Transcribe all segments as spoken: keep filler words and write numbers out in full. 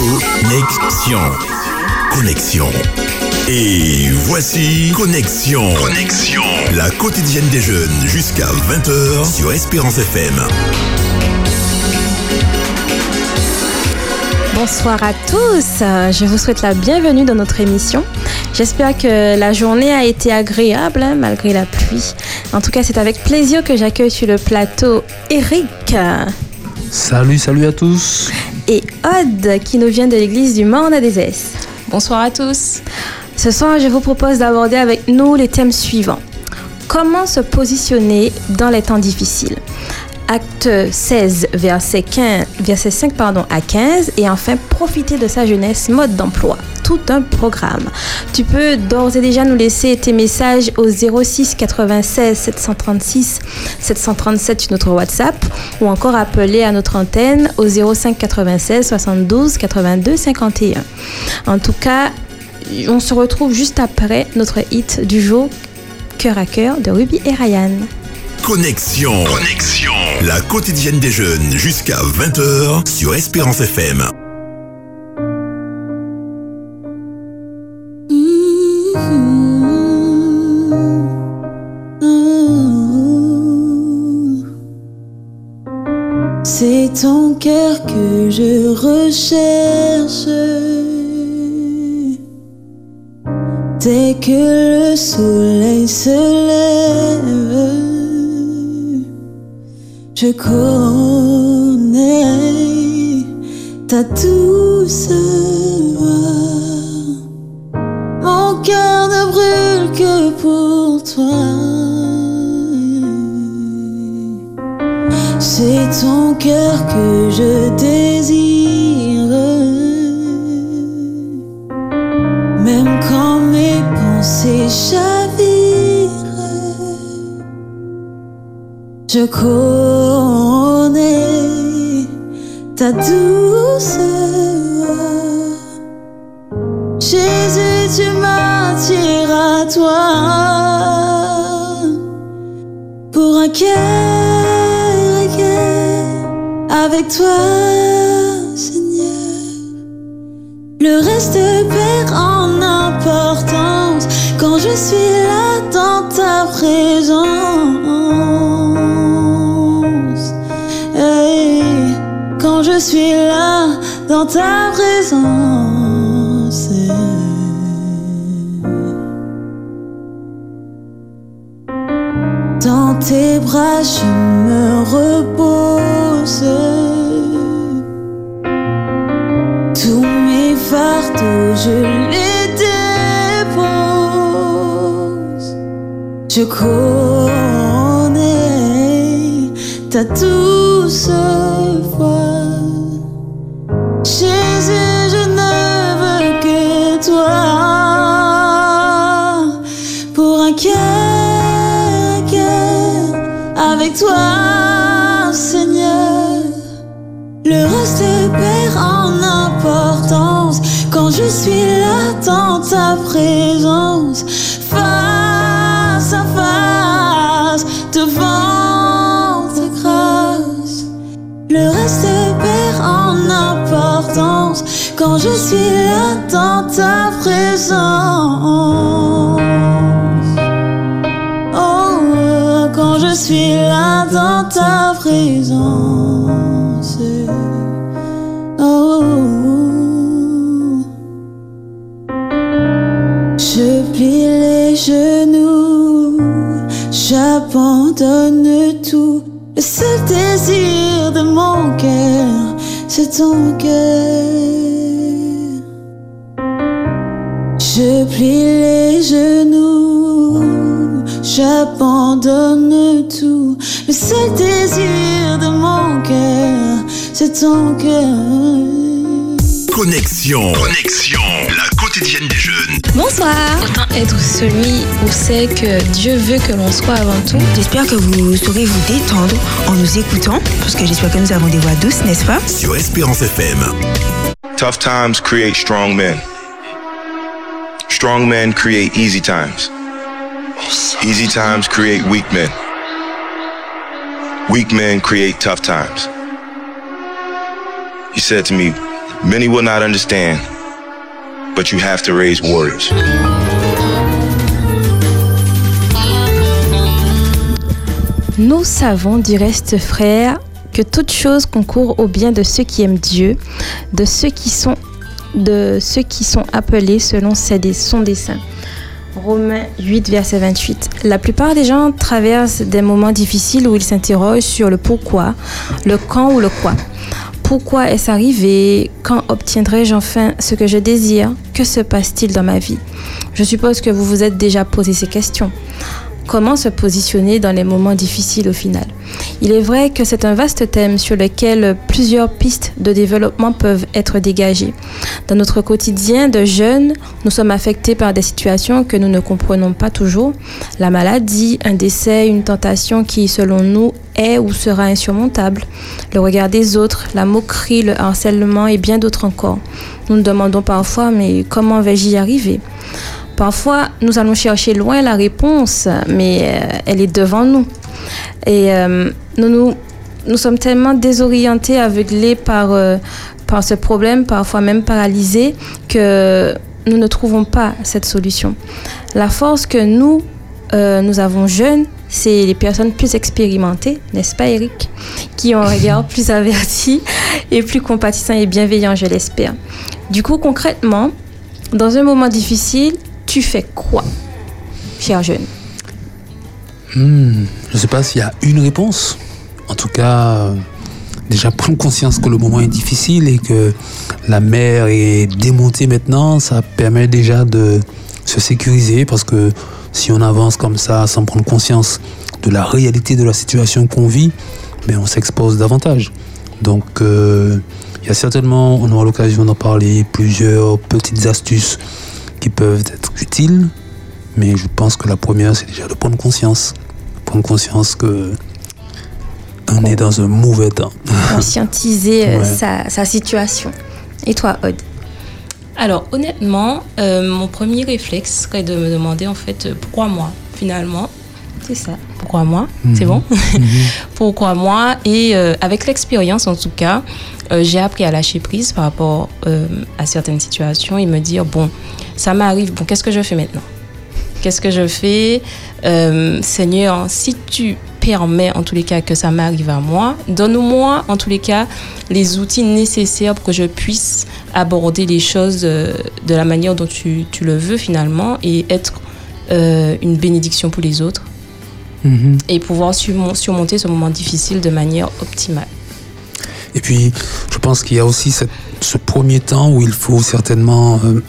Connexion. Connexion. Et voici Connexion. Connexion. La quotidienne des jeunes jusqu'à vingt heures sur Espérance F M. Bonsoir à tous, je vous souhaite la bienvenue dans notre émission. J'espère que la journée a été agréable hein, malgré la pluie. En tout cas, c'est avec plaisir que j'accueille sur le plateau Eric. Salut, salut à tous. Et Aude qui nous vient de l'église du Morne-des-Esses. Bonsoir à tous. Ce soir, je vous propose d'aborder avec nous les thèmes suivants. Comment se positionner dans les temps difficiles ? Acte seize, verset, quinze, verset cinq pardon, à quinze. Et enfin, profiter de sa jeunesse, mode d'emploi. Tout un programme. Tu peux d'ores et déjà nous laisser tes messages au zéro six quatre-vingt-seize sept cent trente-six sept cent trente-sept sur notre WhatsApp ou encore appeler à notre antenne au zéro cinq quatre-vingt-seize soixante-douze quatre-vingt-deux cinquante et un. En tout cas, on se retrouve juste après notre hit du jour, Cœur à cœur de Ruby et Ryan. Connexion. Connexion. La quotidienne des jeunes jusqu'à vingt heures sur Espérance F M. C'est ton cœur que je recherche. Dès que le soleil se lève, je connais ta douce voix. Mon cœur ne brûle que pour toi. C'est ton cœur que je désire. Même quand mes pensées chavirent, je connais ta douce voix. Jésus, tu m'attires à toi. Pour un cœur à cœur avec toi, Seigneur. Le reste perd en importance quand je suis là dans ta présence. Hey, quand je suis là dans ta présence. Dans tes bras je me repose. Tous mes fardeaux je les dépose. Je connais ta douce voix. Jésus, je ne veux que toi. Pour un cœur à cœur avec toi, Seigneur. Le reste perd en importance quand je suis là dans ta présence. Face à face, devant ta grâce. Le reste perd en importance quand je suis là dans ta présence. Oh, quand je suis là dans ta présence. Oh, je plie les genoux, j'abandonne tout. Le seul désir de mon cœur, c'est ton cœur. Je plie les genoux, j'abandonne tout. Le seul désir de mon cœur, c'est ton cœur. Connexion. Connexion. La quotidienne des jeunes. Bonsoir. Autant être celui où c'est que Dieu veut que l'on soit avant tout. J'espère que vous saurez vous détendre en nous écoutant, parce que j'espère que nous avons des voix douces, n'est-ce pas? Sur Espérance F M. Tough times create strong men. Strong men create easy times. Easy times create weak men. Weak men create tough times. He said to me, Many will not understand, but you have to raise warriors. Nous savons du reste, frères, que toute chose concourt au bien de ceux qui aiment Dieu, de ceux qui sont, de ceux qui sont appelés selon ses, son dessein. Romains huit, verset vingt-huit. La plupart des gens traversent des moments difficiles où ils s'interrogent sur le pourquoi, le quand ou le quoi. Pourquoi est-ce arrivé? Quand obtiendrai-je enfin ce que je désire? Que se passe-t-il dans ma vie? Je suppose que vous vous êtes déjà posé ces questions. Comment se positionner dans les moments difficiles au final? Il est vrai que c'est un vaste thème sur lequel plusieurs pistes de développement peuvent être dégagées. Dans notre quotidien de jeunes, nous sommes affectés par des situations que nous ne comprenons pas toujours. La maladie, un décès, une tentation qui, selon nous, est ou sera insurmontable. Le regard des autres, la moquerie, le harcèlement et bien d'autres encore. Nous nous demandons parfois, mais comment vais-je y arriver? Parfois, nous allons chercher loin la réponse, mais euh, elle est devant nous. Et euh, nous, nous, nous sommes tellement désorientés, aveuglés par, euh, par ce problème, parfois même paralysés, que nous ne trouvons pas cette solution. La force que nous, euh, nous avons jeunes, c'est les personnes plus expérimentées, n'est-ce pas Eric? Qui ont un regard plus averti et plus compatissant et bienveillant, je l'espère. Du coup, concrètement, dans un moment difficile, tu fais quoi, cher jeune? Hmm, je ne sais pas s'il y a une réponse. En tout cas, euh, déjà prendre conscience que le moment est difficile et que la mer est démontée maintenant, ça permet déjà de se sécuriser parce que si on avance comme ça sans prendre conscience de la réalité de la situation qu'on vit, ben on s'expose davantage. Donc, euh, il y a certainement, on aura l'occasion d'en parler, plusieurs petites astuces qui peuvent être utiles, mais je pense que la première, c'est déjà de prendre conscience. Prendre conscience que on est dans un mauvais temps. Conscientiser Ouais. sa, sa situation. Et toi, Aude? Alors, honnêtement, euh, mon premier réflexe serait de me demander, en fait, euh, pourquoi moi, finalement? C'est ça. Pourquoi moi? Mhm. C'est bon? Mhm. Pourquoi moi? Et euh, avec l'expérience, en tout cas, euh, j'ai appris à lâcher prise par rapport euh, à certaines situations et me dire, bon, ça m'arrive, bon, qu'est-ce que je fais maintenant? Qu'est-ce que je fais? euh, Seigneur, si tu permets, en tous les cas, que ça m'arrive à moi, donne-moi, en tous les cas, les outils nécessaires pour que je puisse aborder les choses euh, de la manière dont tu, tu le veux, finalement, et être euh, une bénédiction pour les autres. Mhm. Et pouvoir surmon- surmonter ce moment difficile de manière optimale. Et puis, je pense qu'il y a aussi cette, ce premier temps où il faut certainement euh,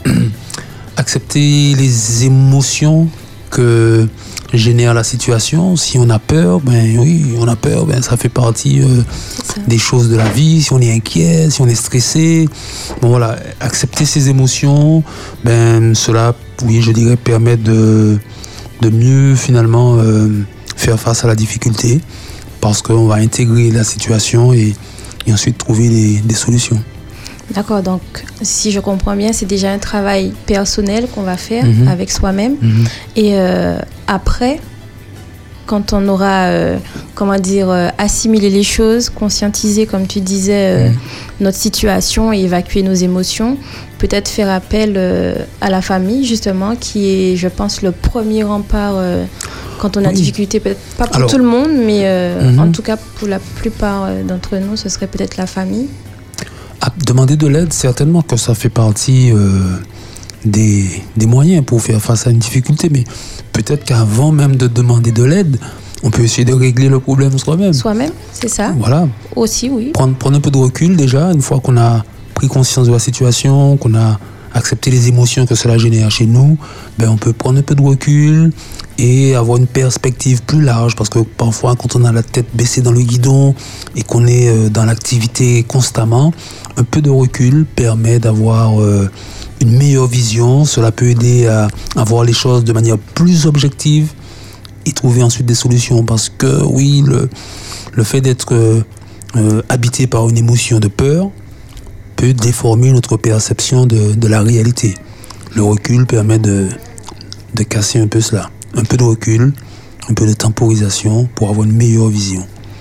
accepter les émotions que génère la situation. Si on a peur, ben oui, on a peur, ben ça fait partie euh, des choses de la vie. Si on est inquiet, si on est stressé, bon voilà, accepter ces émotions, ben cela, oui, je dirais, permet de, de mieux finalement euh, faire face à la difficulté, parce qu'on va intégrer la situation et, et ensuite trouver des, des solutions. D'accord, donc si je comprends bien, c'est déjà un travail personnel qu'on va faire Mhm. avec soi-même. Mhm. Et euh, après, quand on aura, euh, comment dire, euh, assimilé les choses, conscientisé, comme tu disais, euh, Mhm. notre situation et évacuer nos émotions, peut-être faire appel euh, à la famille, justement, qui est, je pense, le premier rempart euh, quand on a Oui. difficulté. Peut-être pas pour Alors, tout le monde, mais euh, Mhm. en tout cas, pour la plupart euh, d'entre nous, ce serait peut-être la famille. À demander de l'aide, certainement que ça fait partie euh, des, des moyens pour faire face à une difficulté, mais peut-être qu'avant même de demander de l'aide, on peut essayer de régler le problème soi-même. Soi-même, c'est ça. Voilà, Aussi, oui. prendre, prendre un peu de recul déjà, une fois qu'on a pris conscience de la situation, qu'on a accepté les émotions que cela génère chez nous, ben on peut prendre un peu de recul et avoir une perspective plus large, parce que parfois quand on a la tête baissée dans le guidon et qu'on est euh, dans l'activité constamment, un peu de recul permet d'avoir euh, une meilleure vision. Cela peut aider à, à voir les choses de manière plus objective et trouver ensuite des solutions, parce que oui, le, le fait d'être euh, euh, habité par une émotion de peur peut déformer notre perception de, de la réalité. Le recul permet de, de casser un peu cela. Un peu de recul, un peu de temporisation pour avoir une meilleure vision.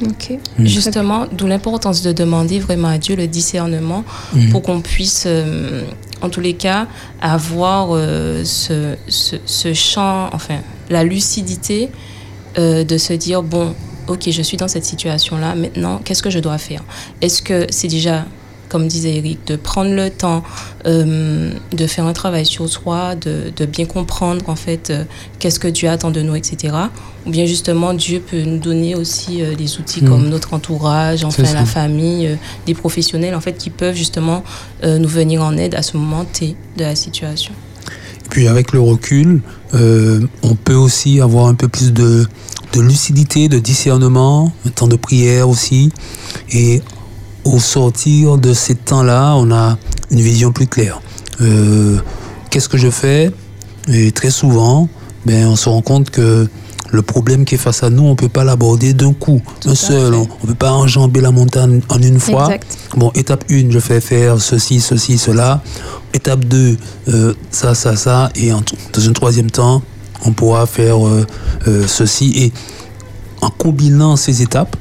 Ok. Mmh. Justement, d'où l'importance de demander vraiment à Dieu le discernement mmh. pour qu'on puisse, euh, en tous les cas, avoir euh, ce, ce, ce champ, enfin, la lucidité euh, de se dire, bon, ok, je suis dans cette situation-là, maintenant, qu'est-ce que je dois faire? Est-ce que c'est déjà, comme disait Eric, de prendre le temps euh, de faire un travail sur soi, de, de bien comprendre, en fait, euh, qu'est-ce que Dieu attend de nous, et cetera. Ou bien, justement, Dieu peut nous donner aussi euh, des outils mmh. comme notre entourage, enfin, la famille, euh, des professionnels, en fait, qui peuvent, justement, euh, nous venir en aide à ce moment T de la situation. Et puis, avec le recul, euh, on peut aussi avoir un peu plus de, de lucidité, de discernement, un temps de prière aussi. Et au sortir de ces temps-là, on a une vision plus claire. Euh, qu'est-ce que je fais? Et très souvent, ben, on se rend compte que le problème qui est face à nous, on ne peut pas l'aborder d'un coup, un seul. On ne peut pas enjamber la montagne en une fois. Exact. Bon, étape un, je fais faire ceci, ceci, cela. Étape deux, euh, ça, ça, ça. Et en, dans un troisième temps, on pourra faire euh, euh, ceci. Et en combinant ces étapes,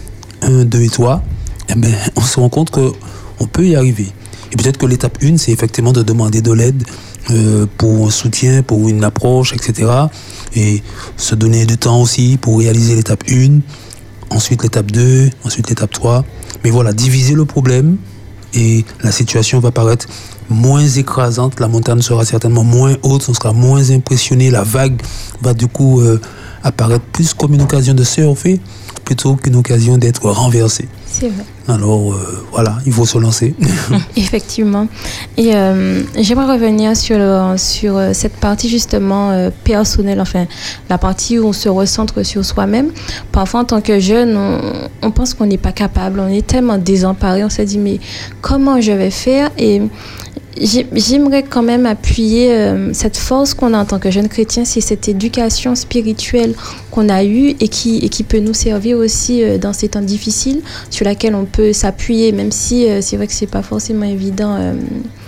un, deux et trois, eh ben, on se rend compte qu'on peut y arriver. Et peut-être que l'étape un, c'est effectivement de demander de l'aide euh, pour un soutien, pour une approche, et cetera. Et se donner du temps aussi pour réaliser l'étape un, ensuite l'étape deux, ensuite l'étape trois. Mais voilà, diviser le problème et la situation va paraître moins écrasante, la montagne sera certainement moins haute, on sera moins impressionné, la vague va du coup euh, apparaître plus comme une occasion de surfer plutôt qu'une occasion d'être renversé. C'est vrai. Alors euh, voilà, il faut se lancer. Effectivement. Et euh, j'aimerais revenir sur, le, sur cette partie justement euh, personnelle, enfin la partie où on se recentre sur soi-même. Parfois en tant que jeune, on, on pense qu'on n'est pas capable, on est tellement désemparé, on se dit mais comment je vais faire? Et j'aimerais quand même appuyer euh, cette force qu'on a en tant que jeune chrétien, c'est cette éducation spirituelle qu'on a eue et qui, et qui peut nous servir aussi euh, dans ces temps difficiles, sur laquelle on peut s'appuyer, même si euh, c'est vrai que c'est pas forcément évident euh,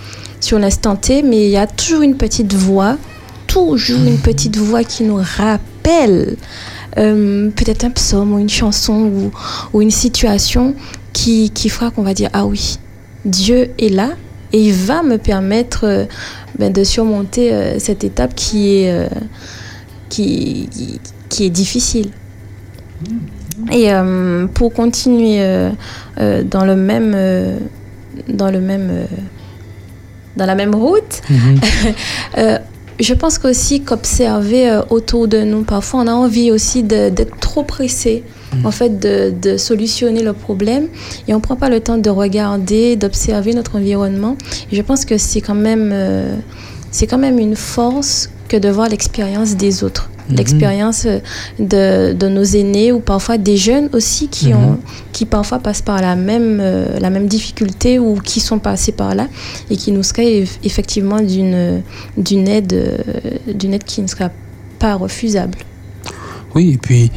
sur l'instant T, mais il y a toujours une petite voix, toujours une petite voix qui nous rappelle euh, peut-être un psaume ou une chanson ou, ou une situation qui, qui fera qu'on va dire ah oui, Dieu est là. Et il va me permettre euh, ben, de surmonter euh, cette étape qui est, euh, qui, qui, qui est difficile. Et euh, pour continuer euh, euh, dans le même, euh, dans le même, euh, dans la même route, mm-hmm. euh, je pense qu'aussi qu'observer euh, autour de nous, parfois on a envie aussi de, d'être trop pressé. En fait, de, de solutionner le problème et on ne prend pas le temps de regarder, d'observer notre environnement. Et je pense que c'est quand même, euh, c'est quand même une force que de voir l'expérience des autres, mm-hmm. l'expérience de, de nos aînés ou parfois des jeunes aussi qui, mm-hmm. ont, qui parfois passent par la même, euh, la même difficulté ou qui sont passés par là et qui nous seraient effectivement d'une, d'une, aide, euh, d'une aide qui ne sera pas refusable. Oui, et puis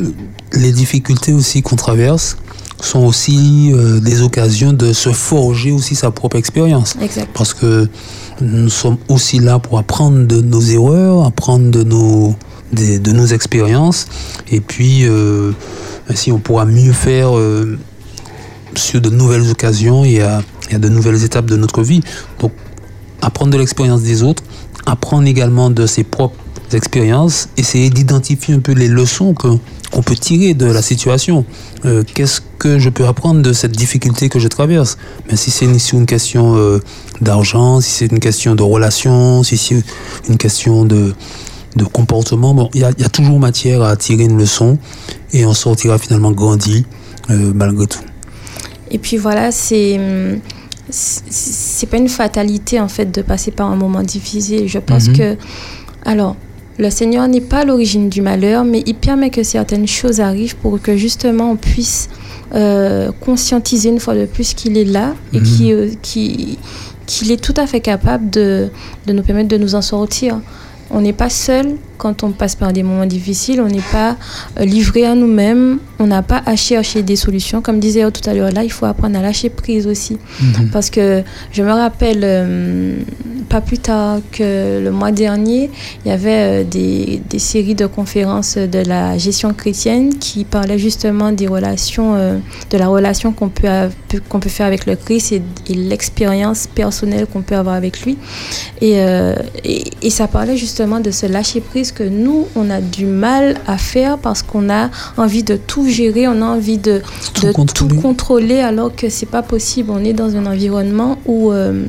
les difficultés aussi qu'on traverse sont aussi euh, des occasions de se forger aussi sa propre expérience. Exact. Parce que nous sommes aussi là pour apprendre de nos erreurs, apprendre de nos, de, de nos expériences, et puis euh, ainsi on pourra mieux faire euh, sur de nouvelles occasions et à, et à de nouvelles étapes de notre vie. Donc apprendre de l'expérience des autres, apprendre également de ses propres expériences, essayer d'identifier un peu les leçons que, qu'on peut tirer de la situation. Euh, qu'est-ce que je peux apprendre de cette difficulté que je traverse? Mais si c'est une, si une question euh, d'argent, si c'est une question de relation, si c'est une question de, de comportement, bon, il y a, y a toujours matière à tirer une leçon et on sortira finalement grandi euh, malgré tout. Et puis voilà, c'est... c'est, c'est pas une fatalité en fait de passer par un moment difficile. Je pense mm-hmm. que... Alors, le Seigneur n'est pas à l'origine du malheur, mais il permet que certaines choses arrivent pour que justement on puisse euh, conscientiser une fois de plus qu'il est là et mmh. qu'il, euh, qu'il, qu'il est tout à fait capable de, de nous permettre de nous en sortir. On n'est pas seul quand on passe par des moments difficiles, on n'est pas euh, livré à nous-mêmes, on n'a pas à chercher des solutions. Comme disait tout à l'heure, là, il faut apprendre à lâcher prise aussi. Mmh. Parce que je me rappelle, euh, pas plus tard que le mois dernier, il y avait euh, des, des séries de conférences de la gestion chrétienne qui parlaient justement des relations, euh, de la relation qu'on peut, av- qu'on peut faire avec le Christ et, et l'expérience personnelle qu'on peut avoir avec lui. Et, euh, et, et ça parlait justement de ce lâcher prise que nous, on a du mal à faire parce qu'on a envie de tout gérer, on a envie de Tout de contrôler. tout contrôler alors que c'est pas possible. On est dans un environnement où euh,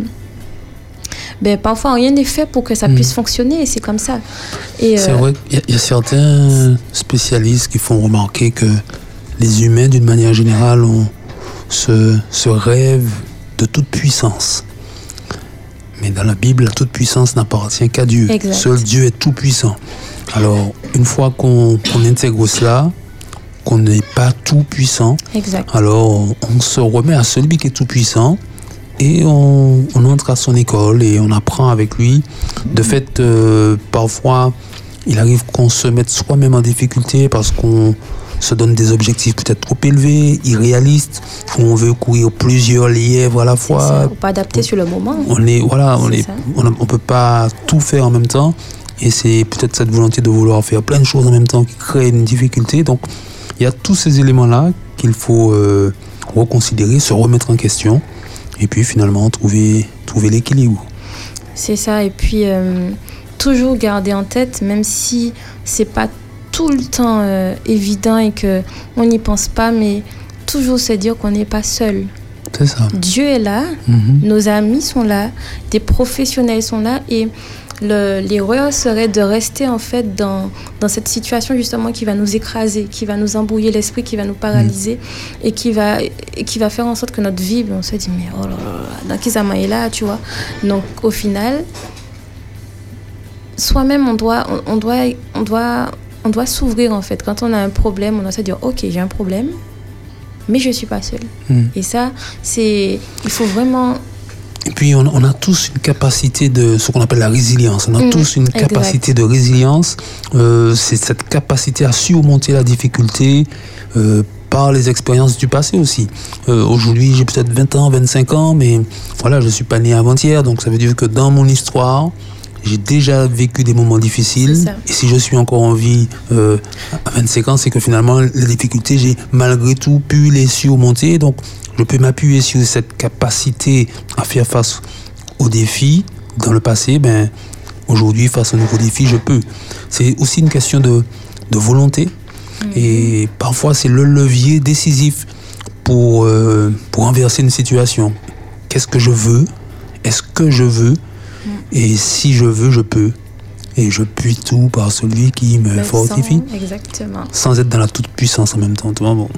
ben, parfois rien n'est fait pour que ça Mm. puisse fonctionner et c'est comme ça. Et, C'est euh, vrai qu'il y, a- il y a certains spécialistes qui font remarquer que les humains, d'une manière générale, ont ce, ce rêve de toute puissance. Mais dans la Bible, la toute puissance n'appartient qu'à Dieu. Exact. Seul Dieu est tout puissant. Alors, une fois qu'on, qu'on intègre cela, qu'on n'est pas tout puissant, Exact. alors on se remet à celui qui est tout puissant et on, on entre à son école et on apprend avec lui. De fait, euh, parfois, il arrive qu'on se mette soi-même en difficulté parce qu'on se donne des objectifs peut-être trop élevés, irréalistes, où on veut courir plusieurs lièvres à la C'est fois. ça, faut pas adapter sur le moment. On est, voilà, on C'est est, ça. on ne peut pas tout faire en même temps. Et c'est peut-être cette volonté de vouloir faire plein de choses en même temps qui crée une difficulté. Donc, il y a tous ces éléments-là qu'il faut euh, reconsidérer, se remettre en question. Et puis, finalement, trouver, trouver l'équilibre. C'est ça. Et puis, euh, toujours garder en tête, même si c'est pas tout le temps euh, évident et qu'on n'y pense pas, mais toujours se dire qu'on n'est pas seul. C'est ça. Dieu est là, Mhm. nos amis sont là, des professionnels sont là et le, l'erreur serait de rester en fait dans, dans cette situation justement qui va nous écraser, qui va nous embrouiller l'esprit, qui va nous paralyser mmh. et, qui va, et qui va faire en sorte que notre vie, on se dit mais oh là là, dans qui ça est là, tu vois. Donc au final, soi-même on doit, on, on doit, on doit, on doit s'ouvrir en fait. Quand on a un problème, on doit se dire ok, j'ai un problème, mais je ne suis pas seule. Mmh. Et ça, c'est, il faut vraiment... Et puis, on, on a tous une capacité de ce qu'on appelle la résilience. On a mmh, tous une exact. capacité de résilience. Euh, c'est cette capacité à surmonter la difficulté euh, par les expériences du passé aussi. Euh, aujourd'hui, j'ai peut-être vingt ans, vingt-cinq ans, mais voilà, je ne suis pas né avant-hier. Donc, ça veut dire que dans mon histoire, j'ai déjà vécu des moments difficiles. Et si je suis encore en vie euh, à vingt-cinq ans, c'est que finalement, les difficultés, j'ai malgré tout pu les surmonter. Donc, je peux m'appuyer sur cette capacité à faire face aux défis dans le passé. Ben, aujourd'hui, face aux nouveaux défis, je peux. C'est aussi une question de, de volonté. Mmh. Et parfois, c'est le levier décisif pour, euh, pour renverser une situation. Qu'est-ce que je veux? Est-ce que je veux? Mmh. Et si je veux, je peux. Et je puis tout par celui qui me le fortifie. Sang, exactement. Sans être dans la toute-puissance en même temps. Tu vois, bon.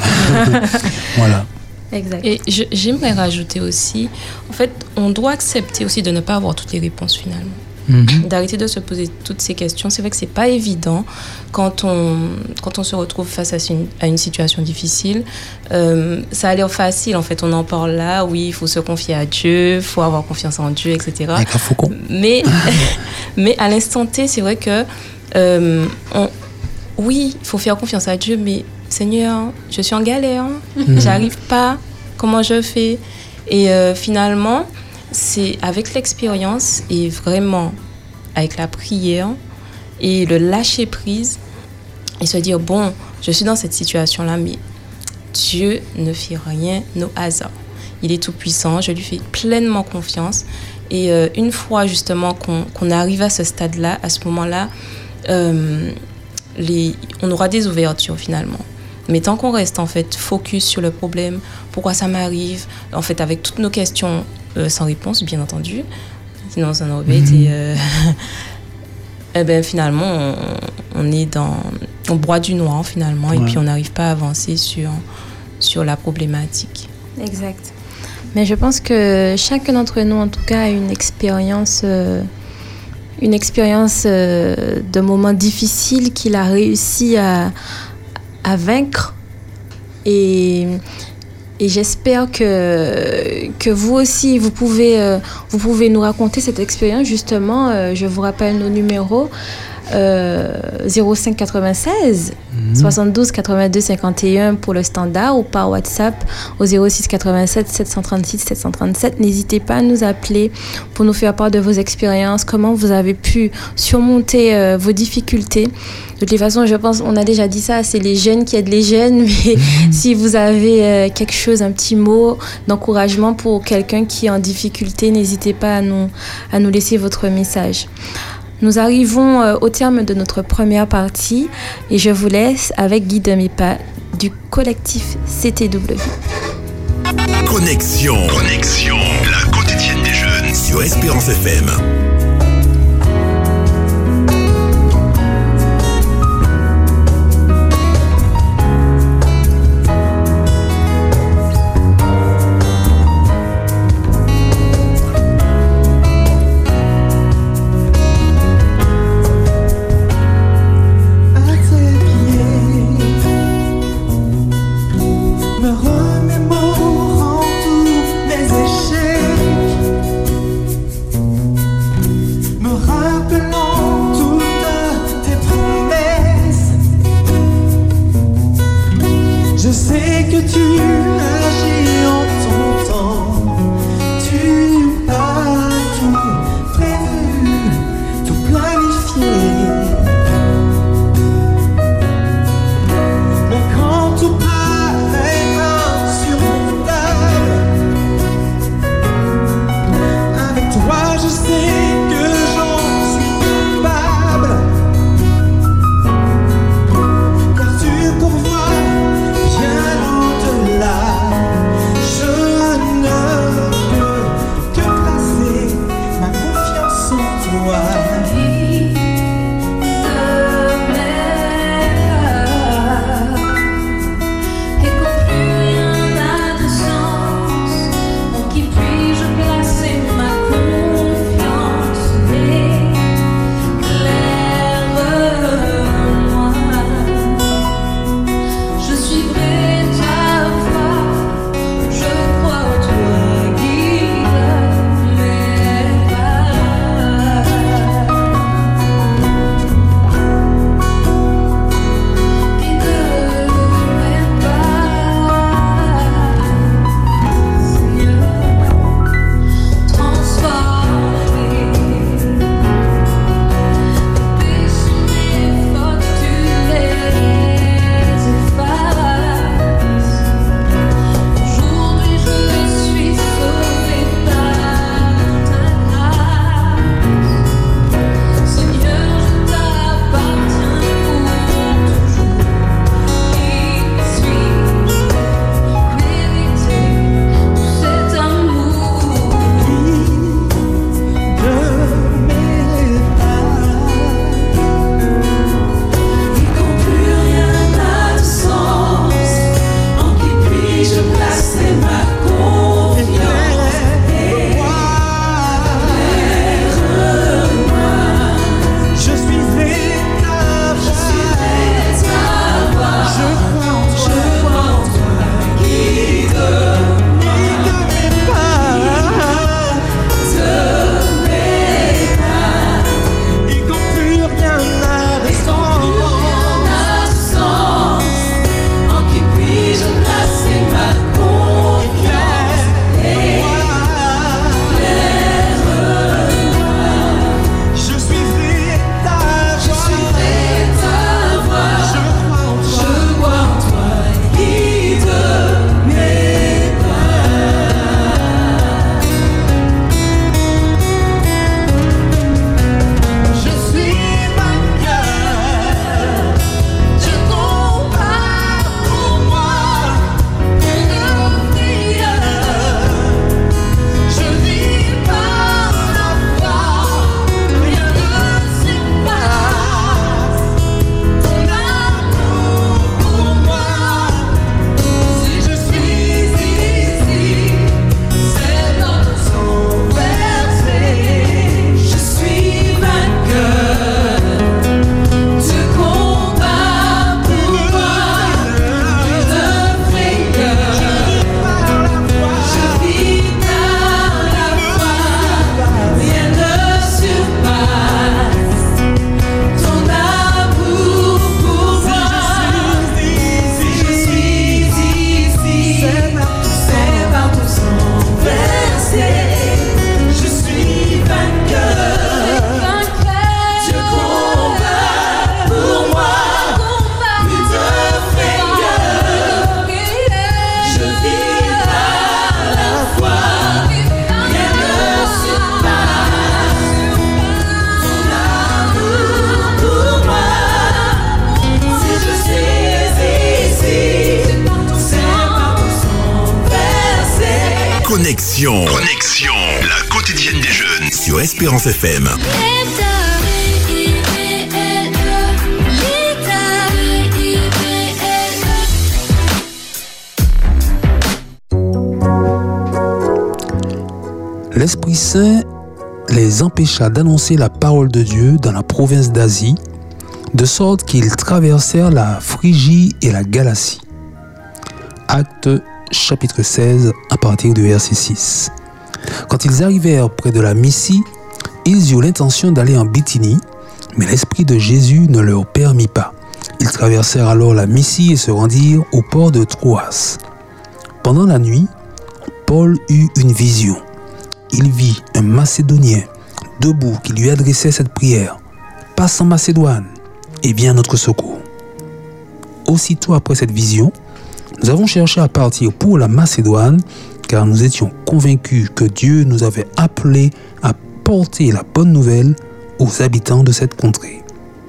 Voilà. Exact. Et je, j'aimerais rajouter aussi, en fait, on doit accepter aussi de ne pas avoir toutes les réponses finalement. Mm-hmm. D'arrêter de se poser toutes ces questions. C'est vrai que c'est pas évident quand on, quand on se retrouve face à une, à une situation difficile. Euh, ça a l'air facile, en fait. On en parle là, oui, il faut se confier à Dieu, il faut avoir confiance en Dieu, et cetera. Avec un faucon. Mais, mais à l'instant T, c'est vrai que, euh, on, oui, il faut faire confiance à Dieu, mais Seigneur, je suis en galère, mmh. j'arrive pas, comment je fais? Et euh, finalement, c'est avec l'expérience et vraiment avec la prière et le lâcher prise et se dire, bon, je suis dans cette situation-là, mais Dieu ne fait rien au hasard. Il est tout puissant, je lui fais pleinement confiance. Et euh, une fois justement qu'on, qu'on arrive à ce stade-là, à ce moment-là, euh, les, on aura des ouvertures finalement. Mais tant qu'on reste en fait focus sur le problème, pourquoi ça m'arrive, en fait avec toutes nos questions euh, sans réponse bien entendu, sinon ça n'aurait pas mmh. été, euh, eh ben finalement on, on est dans, on broie du noir finalement ouais. et puis on n'arrive pas à avancer sur sur la problématique. Exact. Mais je pense que chacun d'entre nous en tout cas a une expérience. Euh une expérience euh, de moments difficiles qu'il a réussi à, à vaincre et, et j'espère que, que vous aussi vous pouvez, euh, vous pouvez nous raconter cette expérience justement. Euh, je vous rappelle nos numéros euh, zéro cinq quatre-vingt-seize mmh. soixante-douze quatre-vingt-deux cinquante et un pour le standard ou par WhatsApp au zéro six quatre-vingt-sept sept cent trente-six sept cent trente-sept. N'hésitez pas à nous appeler pour nous faire part de vos expériences, comment vous avez pu surmonter euh, vos difficultés. De toute façon, je pense, on a déjà dit ça, c'est les jeunes qui aident les jeunes, mais mmh. si vous avez euh, quelque chose, un petit mot d'encouragement pour quelqu'un qui est en difficulté, n'hésitez pas à nous, à nous laisser votre message. Nous arrivons euh, au terme de notre première partie et je vous laisse avec Guy de mes pas du collectif C T W. Connexion. Connexion. La quotidienne des jeunes sur Espérance F M. Remémorant tous mes échecs, Connexion. Connexion. La quotidienne des jeunes sur Espérance F M. L'Esprit Saint les empêcha d'annoncer la parole de Dieu dans la province d'Asie, de sorte qu'ils traversèrent la Phrygie et la Galatie. Actes chapitre seize à partir du verset six. Quand ils arrivèrent près de la Mysie, ils eurent l'intention d'aller en Bithynie, mais l'Esprit de Jésus ne leur permit pas. Ils traversèrent alors la Mysie et se rendirent au port de Troas. Pendant la nuit, Paul eut une vision. Il vit un Macédonien debout qui lui adressait cette prière. « Passe en Macédoine et viens à notre secours. » Aussitôt après cette vision, nous avons cherché à partir pour la Macédoine car nous étions convaincus que Dieu nous avait appelés à porter la bonne nouvelle aux habitants de cette contrée.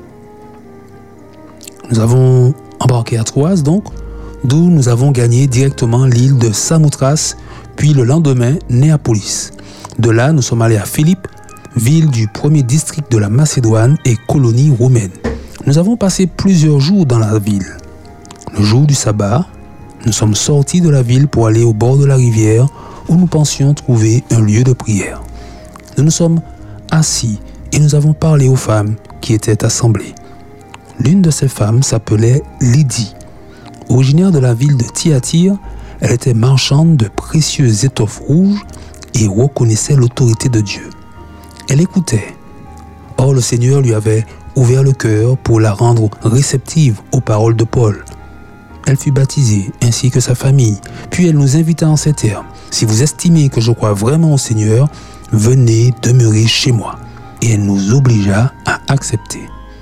Nous avons embarqué à Troas donc, d'où nous avons gagné directement l'île de Samothrace, puis le lendemain Néapolis. De là, nous sommes allés à Philippe, ville du premier district de la Macédoine et colonie romaine. Nous avons passé plusieurs jours dans la ville. Le jour du sabbat, nous sommes sortis de la ville pour aller au bord de la rivière où nous pensions trouver un lieu de prière. Nous nous sommes assis et nous avons parlé aux femmes qui étaient assemblées. L'une de ces femmes s'appelait Lydie. Originaire de la ville de Thyatire, elle était marchande de précieuses étoffes rouges et reconnaissait l'autorité de Dieu. Elle écoutait. Or, le Seigneur lui avait ouvert le cœur pour la rendre réceptive aux paroles de Paul. Elle fut baptisée, ainsi que sa famille. Puis elle nous invita en ces termes. « Si vous estimez que je crois vraiment au Seigneur, venez demeurer chez moi. » Et elle nous obligea à accepter.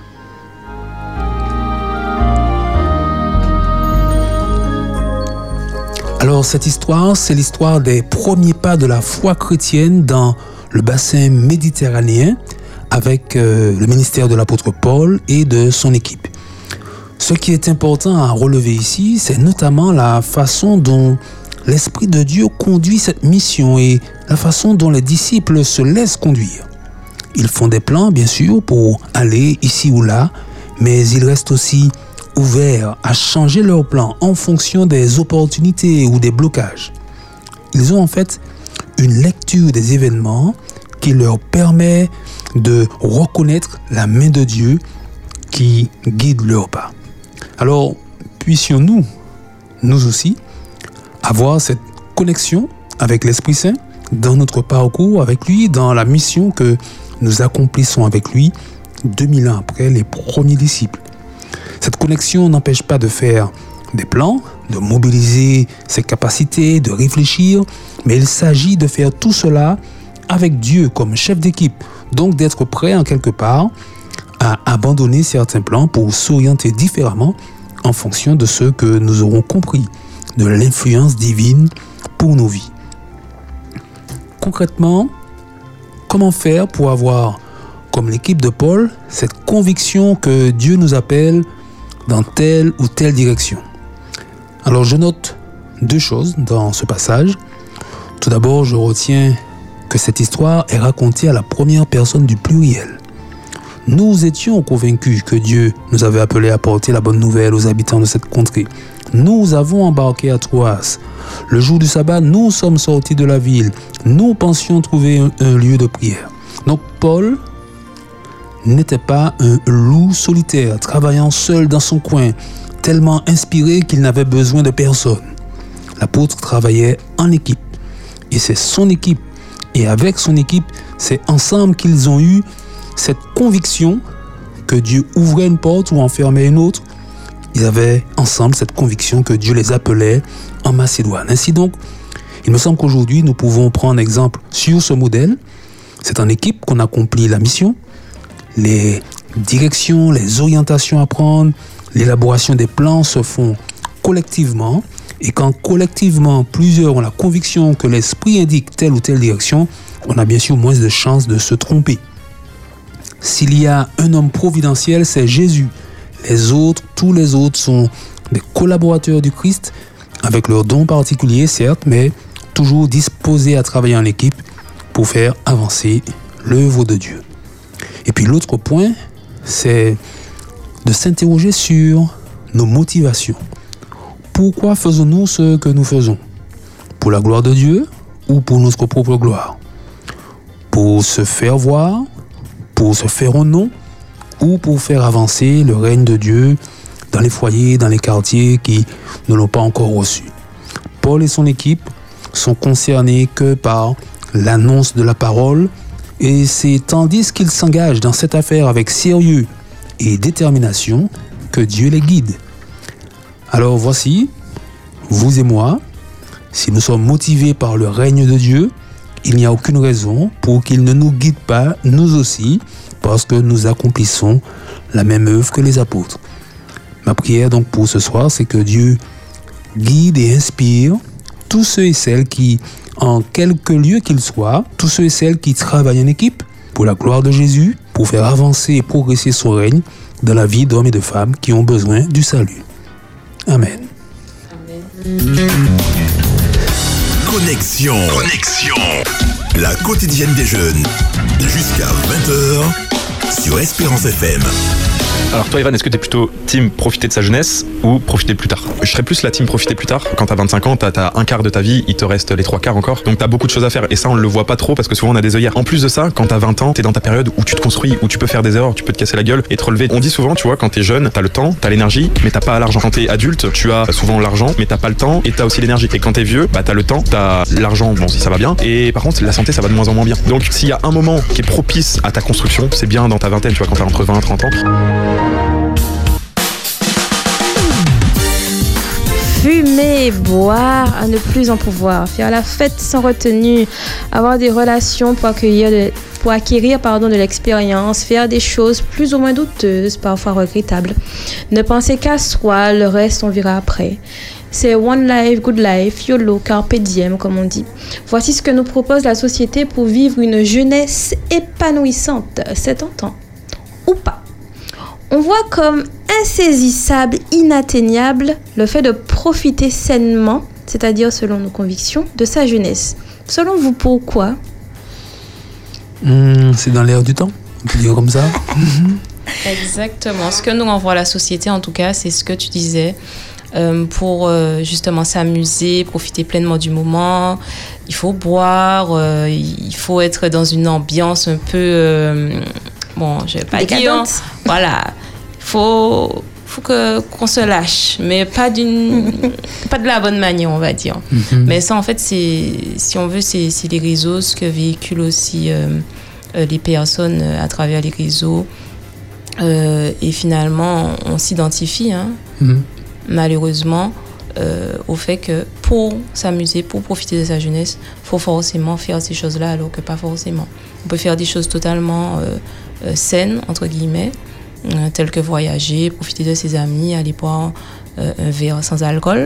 Alors cette histoire, c'est l'histoire des premiers pas de la foi chrétienne dans le bassin méditerranéen avec euh, le ministère de l'apôtre Paul et de son équipe. Ce qui est important à relever ici, c'est notamment la façon dont l'Esprit de Dieu conduit cette mission et la façon dont les disciples se laissent conduire. Ils font des plans, bien sûr, pour aller ici ou là, mais ils restent aussi ouverts à changer leurs plans en fonction des opportunités ou des blocages. Ils ont en fait une lecture des événements qui leur permet de reconnaître la main de Dieu qui guide leurs pas. Alors, puissions-nous, nous aussi, avoir cette connexion avec l'Esprit Saint dans notre parcours avec lui, dans la mission que nous accomplissons avec lui deux mille ans après les premiers disciples. Cette connexion n'empêche pas de faire des plans, de mobiliser ses capacités, de réfléchir, mais il s'agit de faire tout cela avec Dieu comme chef d'équipe, donc d'être prêt en quelque part à abandonner certains plans pour s'orienter différemment en fonction de ce que nous aurons compris de l'influence divine pour nos vies. Concrètement, comment faire pour avoir, comme l'équipe de Paul, cette conviction que Dieu nous appelle dans telle ou telle direction? Alors je note deux choses dans ce passage. Tout d'abord, je retiens que cette histoire est racontée à la première personne du pluriel. Nous étions convaincus que Dieu nous avait appelés à porter la bonne nouvelle aux habitants de cette contrée. Nous avons embarqué à Troas. Le jour du sabbat, nous sommes sortis de la ville. Nous pensions trouver un, un lieu de prière. Donc Paul n'était pas un loup solitaire, travaillant seul dans son coin, tellement inspiré qu'il n'avait besoin de personne. L'apôtre travaillait en équipe. Et c'est son équipe. Et avec son équipe, c'est ensemble qu'ils ont eu cette conviction que Dieu ouvrait une porte ou enfermait une autre. Ils avaient ensemble cette conviction que Dieu les appelait en Macédoine. Ainsi donc, il me semble qu'aujourd'hui, nous pouvons prendre exemple sur ce modèle. C'est en équipe qu'on accomplit la mission. Les directions, les orientations à prendre, l'élaboration des plans se font collectivement. Et quand collectivement, plusieurs ont la conviction que l'Esprit indique telle ou telle direction, on a bien sûr moins de chances de se tromper. S'il y a un homme providentiel, c'est Jésus. Les autres, tous les autres sont des collaborateurs du Christ, avec leurs dons particuliers, certes, mais toujours disposés à travailler en équipe pour faire avancer l'œuvre de Dieu. Et puis l'autre point, c'est de s'interroger sur nos motivations. Pourquoi faisons-nous ce que nous faisons? Pour la gloire de Dieu ou pour notre propre gloire? Pour se faire voir, pour se faire un nom ou pour faire avancer le règne de Dieu dans les foyers, dans les quartiers qui ne l'ont pas encore reçu? Paul et son équipe sont concernés que par l'annonce de la parole et c'est tandis qu'ils s'engagent dans cette affaire avec sérieux et détermination que Dieu les guide. Alors voici, vous et moi, si nous sommes motivés par le règne de Dieu, il n'y a aucune raison pour qu'il ne nous guide pas, nous aussi, parce que nous accomplissons la même œuvre que les apôtres. Ma prière donc pour ce soir, c'est que Dieu guide et inspire tous ceux et celles qui, en quelque lieu qu'ils soient, tous ceux et celles qui travaillent en équipe, pour la gloire de Jésus, pour faire avancer et progresser son règne dans la vie d'hommes et de femmes qui ont besoin du salut. Amen. Amen. Connexion. Connexion. La quotidienne des jeunes. Jusqu'à vingt heures sur Espérance F M. Alors toi Ivan, est-ce que t'es plutôt team profiter de sa jeunesse ou profiter plus tard? Je serais plus la team profiter plus tard. Quand t'as vingt-cinq ans, t'as, t'as un quart de ta vie, il te reste les trois quarts encore. Donc t'as beaucoup de choses à faire et ça on le voit pas trop parce que souvent on a des œillères. En plus de ça, quand t'as vingt ans, t'es dans ta période où tu te construis, où tu peux faire des erreurs, tu peux te casser la gueule et te relever. On dit souvent, tu vois, quand t'es jeune, t'as le temps, t'as l'énergie, mais t'as pas l'argent. Quand t'es adulte, tu as souvent l'argent, mais t'as pas le temps et t'as aussi l'énergie. Et quand t'es vieux, bah t'as le temps, t'as l'argent, bon si ça va bien, et par contre la santé ça va de moins en moins bien. Donc s'il y a un moment qui est propice à ta construction, c'est bien dans ta vingtaine, tu vois, quand t'as entre vingt et trente ans. Fumer, boire, à ne plus en pouvoir, faire la fête sans retenue, avoir des relations pour accueillir de, pour acquérir pardon, de l'expérience, faire des choses plus ou moins douteuses, parfois regrettables. Ne penser qu'à soi, le reste on verra après. C'est one life, good life, YOLO, carpe diem comme on dit. Voici ce que nous propose la société pour vivre une jeunesse épanouissante, c'est tentant ou pas. On voit comme insaisissable, inatteignable le fait de profiter sainement, c'est-à-dire selon nos convictions, de sa jeunesse. Selon vous, pourquoi? Mmh, c'est dans l'air du temps, on peut dire comme ça. Exactement. Ce que nous renvoie la société, en tout cas, c'est ce que tu disais. Euh, pour euh, justement s'amuser, profiter pleinement du moment. Il faut boire, euh, il faut être dans une ambiance un peu... Euh, bon, je vais pas dire... Voilà. Il faut, faut que, qu'on se lâche, mais pas, d'une, pas de la bonne manière, on va dire. Mm-hmm. Mais ça, en fait, c'est, si on veut, c'est, c'est les réseaux, ce que véhiculent aussi euh, euh, les personnes à travers les réseaux. Euh, et finalement, on, on s'identifie, hein, mm-hmm. malheureusement, euh, au fait que pour s'amuser, pour profiter de sa jeunesse, il faut forcément faire ces choses-là, alors que pas forcément. On peut faire des choses totalement euh, euh, saines, entre guillemets, euh, telles que voyager, profiter de ses amis, aller boire euh, un verre sans alcool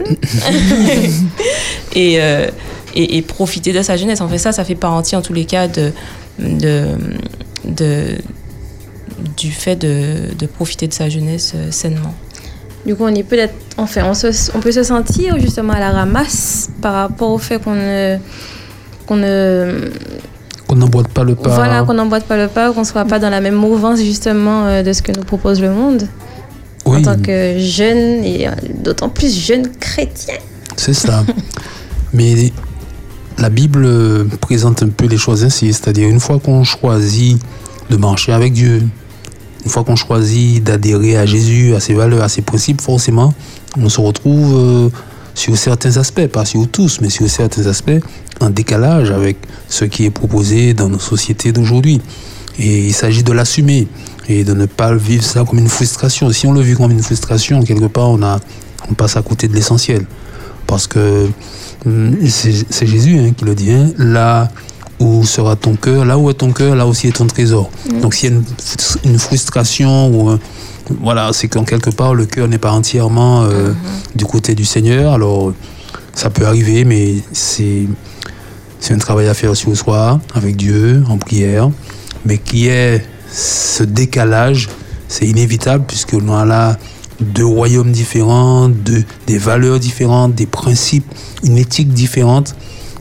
et, euh, et, et profiter de sa jeunesse. En fait, ça, ça fait partie en tous les cas de, de, de, du fait de, de profiter de sa jeunesse euh, sainement. Du coup, on est peut-être, enfin, on, se, on peut se sentir justement à la ramasse par rapport au fait qu'on ne, qu'on ne, qu'on n'emboîte pas le pas. Voilà, qu'on n'emboîte pas le pas, qu'on ne soit pas dans la même mouvance justement euh, de ce que nous propose le monde. Oui. En tant que jeune et d'autant plus jeune chrétien. C'est ça. Mais la Bible présente un peu les choses ainsi, c'est-à-dire une fois qu'on choisit de marcher avec Dieu, une fois qu'on choisit d'adhérer à Jésus, à ses valeurs, à ses principes, forcément, on se retrouve euh, sur certains aspects, pas sur tous, mais sur certains aspects, en décalage avec ce qui est proposé dans nos sociétés d'aujourd'hui. Et il s'agit de l'assumer et de ne pas vivre ça comme une frustration. Si on le vit comme une frustration, quelque part, on, a, on passe à côté de l'essentiel. Parce que c'est, c'est Jésus hein, qui le dit, hein, là où sera ton cœur, là où est ton cœur, là aussi est ton trésor. Mmh. Donc s'il y a une, une frustration, ou un, voilà, c'est qu'en quelque part, le cœur n'est pas entièrement euh, mmh. du côté du Seigneur. Alors, ça peut arriver, mais c'est... C'est un travail à faire sur soi, avec Dieu, en prière. Mais qui est ce décalage, c'est inévitable, puisqu'on a là deux royaumes différents, deux, des valeurs différentes, des principes, une éthique différente.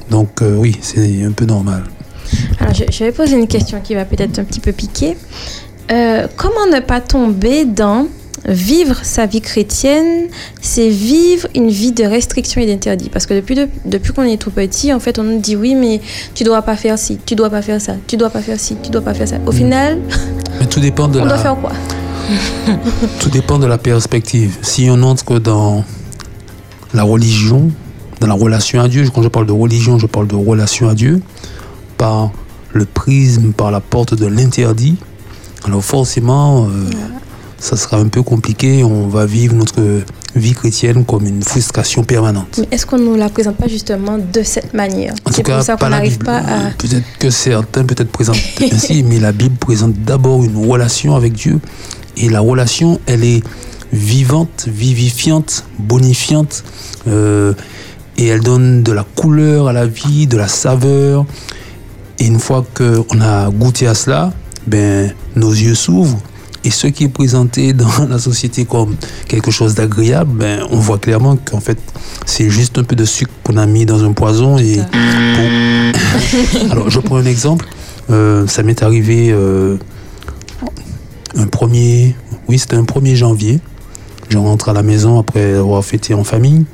Donc euh, oui, c'est un peu normal. Alors, je, je vais poser une question qui va peut-être un petit peu piquer. Euh, comment ne pas tomber dans vivre sa vie chrétienne, c'est vivre une vie de restriction et d'interdit. Parce que depuis, de, depuis qu'on est tout petit, en fait, on nous dit oui, mais tu dois pas faire ci, tu dois pas faire ça, tu dois pas faire ci, tu dois pas faire ça. Au mmh. final, mais tout dépend de on la... doit faire quoi? Tout dépend de la perspective. Si on entre dans la religion, dans la relation à Dieu, quand je parle de religion, je parle de relation à Dieu, par le prisme, par la porte de l'interdit, alors forcément... Euh, ouais. Ça sera un peu compliqué, on va vivre notre vie chrétienne comme une frustration permanente. Mais est-ce qu'on ne nous la présente pas justement de cette manière? En C'est tout pour cas, ça qu'on n'arrive pas à... Peut-être que certains peut-être présentent ainsi, mais la Bible présente d'abord une relation avec Dieu. Et la relation, elle est vivante, vivifiante, bonifiante, euh, et elle donne de la couleur à la vie, de la saveur. Et une fois qu'on a goûté à cela, ben, nos yeux s'ouvrent. Et ce qui est présenté dans la société comme quelque chose d'agréable, ben, on voit clairement qu'en fait, c'est juste un peu de sucre qu'on a mis dans un poison. Et pour... Alors, je prends un exemple. Euh, ça m'est arrivé euh, un premier... Oui, c'était un premier janvier. Je rentre à la maison après avoir fêté en famille.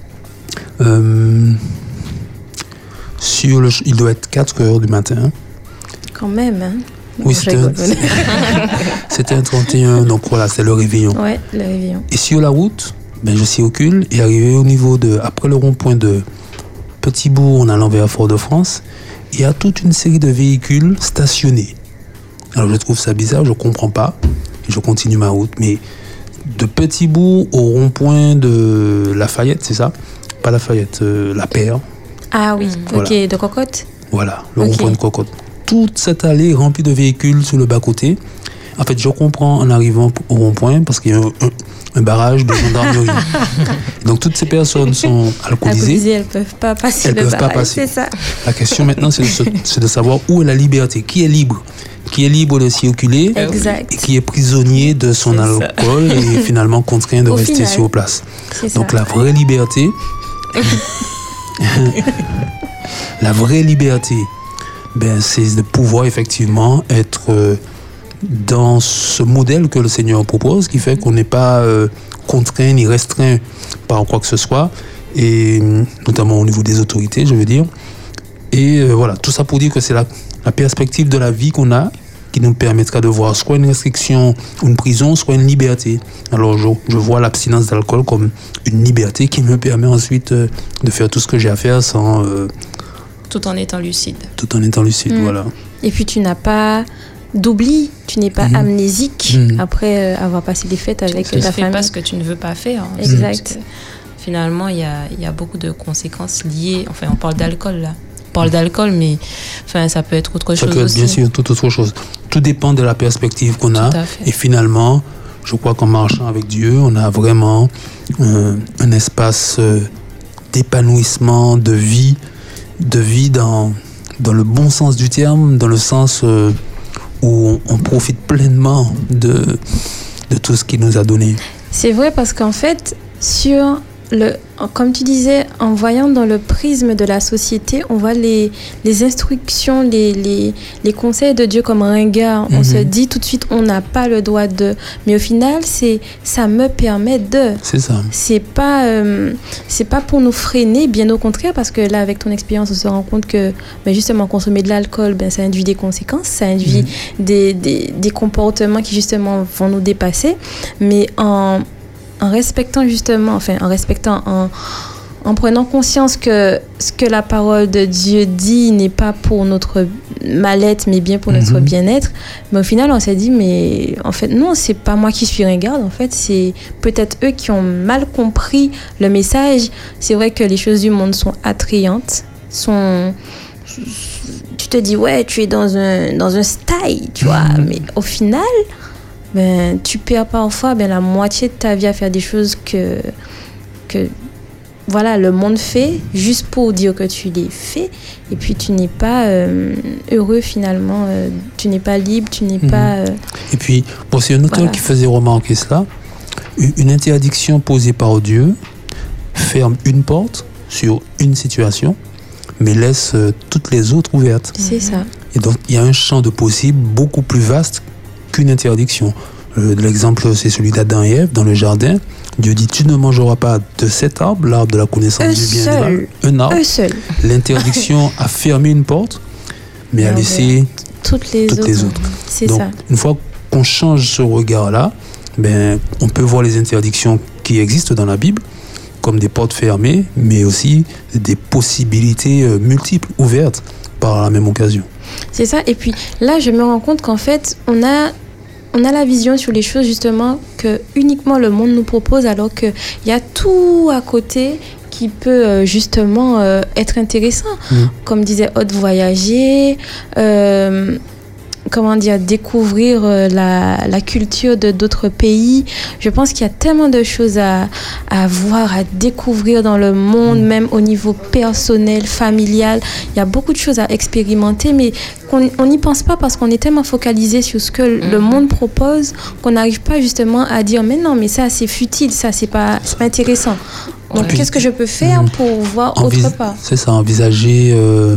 Euh, sur le... Il doit être quatre heures du matin. Quand même, hein. Oui, c'était un, c'était un trente et un, donc voilà, c'est le réveillon. Ouais, le réveillon. Et sur la route, ben, je circule et arrivé au niveau de, après le rond-point de Petit-Bourg en allant vers Fort-de-France, il y a toute une série de véhicules stationnés. Alors je trouve ça bizarre, je ne comprends pas, et je continue ma route. Mais de Petit-Bourg au rond-point de Lafayette, c'est ça? Pas Lafayette, euh, La Paire. Ah oui, voilà. Ok, de Cocotte. Voilà, le okay. rond-point de Cocotte. Toute cette allée remplie de véhicules sur le bas-côté. En fait, je comprends en arrivant au rond-point parce qu'il y a un, un, un barrage de gendarmerie. Donc, toutes ces personnes sont alcoolisées. Alcoolisées, elles ne peuvent pas passer elles le peuvent barrage, pas passer. C'est ça. La question maintenant, c'est de, se, c'est de savoir où est la liberté. Qui est libre? Qui est libre de circuler exact. Et qui est prisonnier de son c'est alcool ça. Et finalement contraint de au rester final. Sur place. C'est Donc, ça. La vraie liberté... la vraie liberté... Ben, c'est de pouvoir effectivement être euh, dans ce modèle que le Seigneur propose, qui fait qu'on n'est pas euh, contraint ni restreint par quoi que ce soit, et notamment au niveau des autorités, je veux dire. Et euh, voilà, tout ça pour dire que c'est la, la perspective de la vie qu'on a qui nous permettra de voir soit une restriction ou une prison, soit une liberté. Alors je, je vois l'abstinence d'alcool comme une liberté qui me permet ensuite euh, de faire tout ce que j'ai à faire sans... Euh, Tout en étant lucide. Tout en étant lucide, mmh. voilà. Et puis tu n'as pas d'oubli, tu n'es pas mmh. amnésique mmh. après euh, avoir passé des fêtes avec tu ta famille. Tu ne fais pas ce que tu ne veux pas faire. Hein. Exact. Finalement, il y a, y a beaucoup de conséquences liées. Enfin, on parle d'alcool là. On parle d'alcool, mais enfin, ça peut être autre ça chose peut être, aussi. Bien sûr, toute autre chose. Tout dépend de la perspective qu'on a. Et finalement, je crois qu'en marchant avec Dieu, on a vraiment euh, un espace euh, d'épanouissement, de vie, de vie dans, dans le bon sens du terme, dans le sens euh, où on, on profite pleinement de, de tout ce qu'il nous a donné. C'est vrai parce qu'en fait, sur le, comme tu disais, en voyant dans le prisme de la société, on voit les, les instructions, les, les, les conseils de Dieu comme ringard. On mm-hmm. se dit tout de suite, on n'a pas le droit de... Mais au final, c'est, ça me permet de... C'est ça. C'est pas, euh, c'est pas pour nous freiner, bien au contraire, parce que là, avec ton expérience, on se rend compte que ben justement, consommer de l'alcool, ben, ça induit des conséquences, ça induit mm-hmm. des, des, des comportements qui justement vont nous dépasser. Mais en... en respectant justement, enfin en respectant, en, en prenant conscience que ce que la parole de Dieu dit n'est pas pour notre mal-être, mais bien pour mm-hmm. notre bien-être. Mais au final, on s'est dit, mais en fait, non, c'est pas moi qui suis ringarde. En fait, c'est peut-être eux qui ont mal compris le message. C'est vrai que les choses du monde sont attrayantes, sont... Tu te dis, ouais, tu es dans un, dans un style, tu vois. Mm-hmm. Mais au final... Ben, tu perds parfois ben, la moitié de ta vie à faire des choses que, que voilà, le monde fait juste pour dire que tu les fais, et puis tu n'es pas euh, heureux finalement, euh, tu n'es pas libre, tu n'es mmh. pas... Euh... Et puis, bon, c'est un auteur voilà. qui faisait remarquer cela, une interdiction posée par Dieu ferme une porte sur une situation, mais laisse euh, toutes les autres ouvertes. C'est ça. Et donc, il y a un champ de possibles beaucoup plus vaste qu'une interdiction. Euh, l'exemple, c'est celui d'Adam et Ève dans le jardin. Dieu dit, tu ne mangeras pas de cet arbre, l'arbre de la connaissance Un du bien et du seul. mal. Un arbre. Un seul. L'interdiction a fermé une porte, mais a Mais laissé Toutes les toutes autres. les autres. C'est Donc, ça. une fois qu'on change ce regard-là, ben, on peut voir les interdictions qui existent dans la Bible comme des portes fermées, mais aussi des possibilités euh, multiples, ouvertes par la même occasion. C'est ça. Et puis là, je me rends compte qu'en fait, on a, on a la vision sur les choses justement que uniquement le monde nous propose, alors qu'il y a tout à côté qui peut euh, justement euh, être intéressant. Mmh. Comme disait Aude, voyager, euh, comment dire, découvrir euh, la, la culture de d'autres pays. Je pense qu'il y a tellement de choses à, à voir, à découvrir dans le monde, même au niveau personnel, familial. Il y a beaucoup de choses à expérimenter, mais qu'on on n'y pense pas parce qu'on est tellement focalisé sur ce que mm-hmm. le monde propose qu'on n'arrive pas justement à dire mais non, mais ça c'est futile, ça c'est pas, c'est pas intéressant. Donc ouais. qu'est-ce que je peux faire mmh. pour voir Envis- autre part? C'est ça, envisager euh,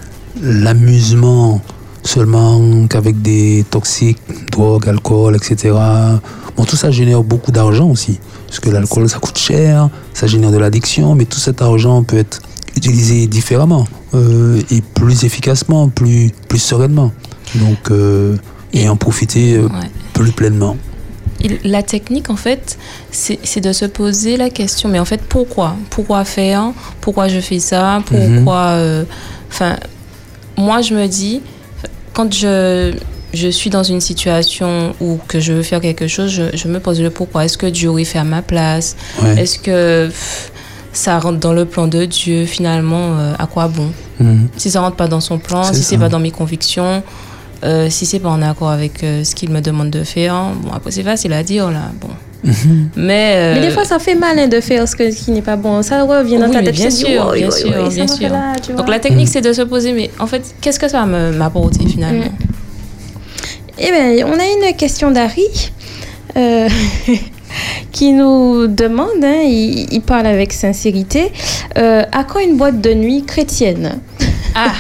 l'amusement seulement qu'avec des toxiques, drogue, alcool, et cetera. Bon, tout ça génère beaucoup d'argent aussi, parce que l'alcool, ça coûte cher, ça génère de l'addiction, mais tout cet argent peut être utilisé différemment euh, et plus efficacement, plus, plus sereinement. Donc, euh, et, et en profiter euh, ouais. plus pleinement. La technique, en fait, c'est, c'est de se poser la question, mais en fait, pourquoi? Pourquoi faire? Pourquoi je fais ça? Pourquoi... Enfin, mm-hmm. euh, moi, je me dis... Quand je, je suis dans une situation où que je veux faire quelque chose, je, je me pose le pourquoi. Est-ce que Dieu aurait fait à ma place? Ouais. Est-ce que pff, ça rentre dans le plan de Dieu? Finalement, euh, à quoi bon? Mm-hmm. Si ça rentre pas dans son plan, c'est si ça. C'est pas dans mes convictions, euh, si c'est pas en accord avec euh, ce qu'il me demande de faire, bon, après c'est facile à dire là. Bon. Mm-hmm. Mais, euh... mais des fois ça fait mal hein, de faire ce, que, ce qui n'est pas bon, ça revient dans oui, ta tête, bien sûr, dis, bien oui, sûr, oui, oui, bien sûr. Là, donc la technique c'est de se poser, mais en fait qu'est-ce que ça va m'apporter finalement? mm. Eh bien on a une question d'Harry euh, qui nous demande, hein, il, il parle avec sincérité, euh, à quand une boîte de nuit chrétienne? Ah.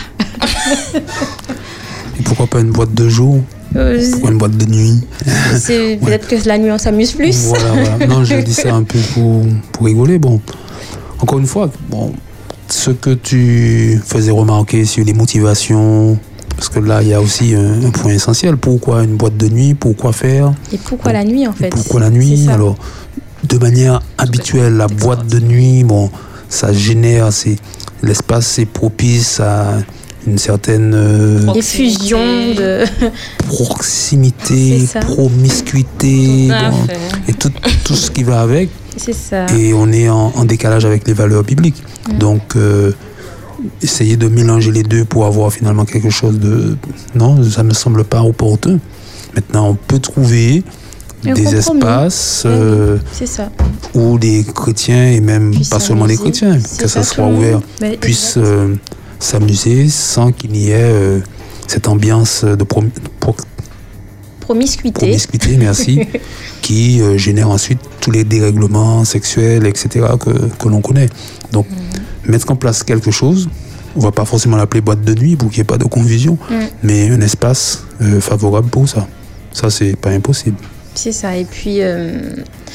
Et pourquoi pas une boîte de jour? Euh, Pourquoi une boîte de nuit? C'est peut-être ouais. que la nuit on s'amuse plus. Voilà, voilà. Non, je dis ça un peu pour, pour rigoler. Bon, encore une fois, bon, ce que tu faisais remarquer sur les motivations, parce que là il y a aussi un, un point essentiel. Pourquoi une boîte de nuit? Pourquoi faire? Et pourquoi bon, la nuit en fait? Pourquoi la nuit? Alors, de manière habituelle, la boîte de nuit, bon, ça génère, c'est l'espace, c'est propice à une certaine euh, effusion de proximité, promiscuité, bon, et tout, tout ce qui va avec. C'est ça. Et on est en, en décalage avec les valeurs bibliques. Mmh. Donc, euh, essayer de mélanger les deux pour avoir finalement quelque chose de... Non, ça ne me semble pas opportun. Maintenant, on peut trouver un des espaces euh, c'est ça. où les chrétiens, et même Puis pas seulement les chrétiens, que ça, ça soit ouvert, mais puissent... Euh, s'amuser sans qu'il y ait euh, cette ambiance de prom- pro- promiscuité, promiscuité merci, qui euh, génère ensuite tous les dérèglements sexuels, et cetera que, que l'on connaît. Donc, mmh. mettre en place quelque chose, on ne va pas forcément l'appeler boîte de nuit pour qu'il n'y ait pas de confusion, mmh. mais un espace euh, favorable pour ça. Ça, c'est pas impossible. C'est ça. Et puis... Euh...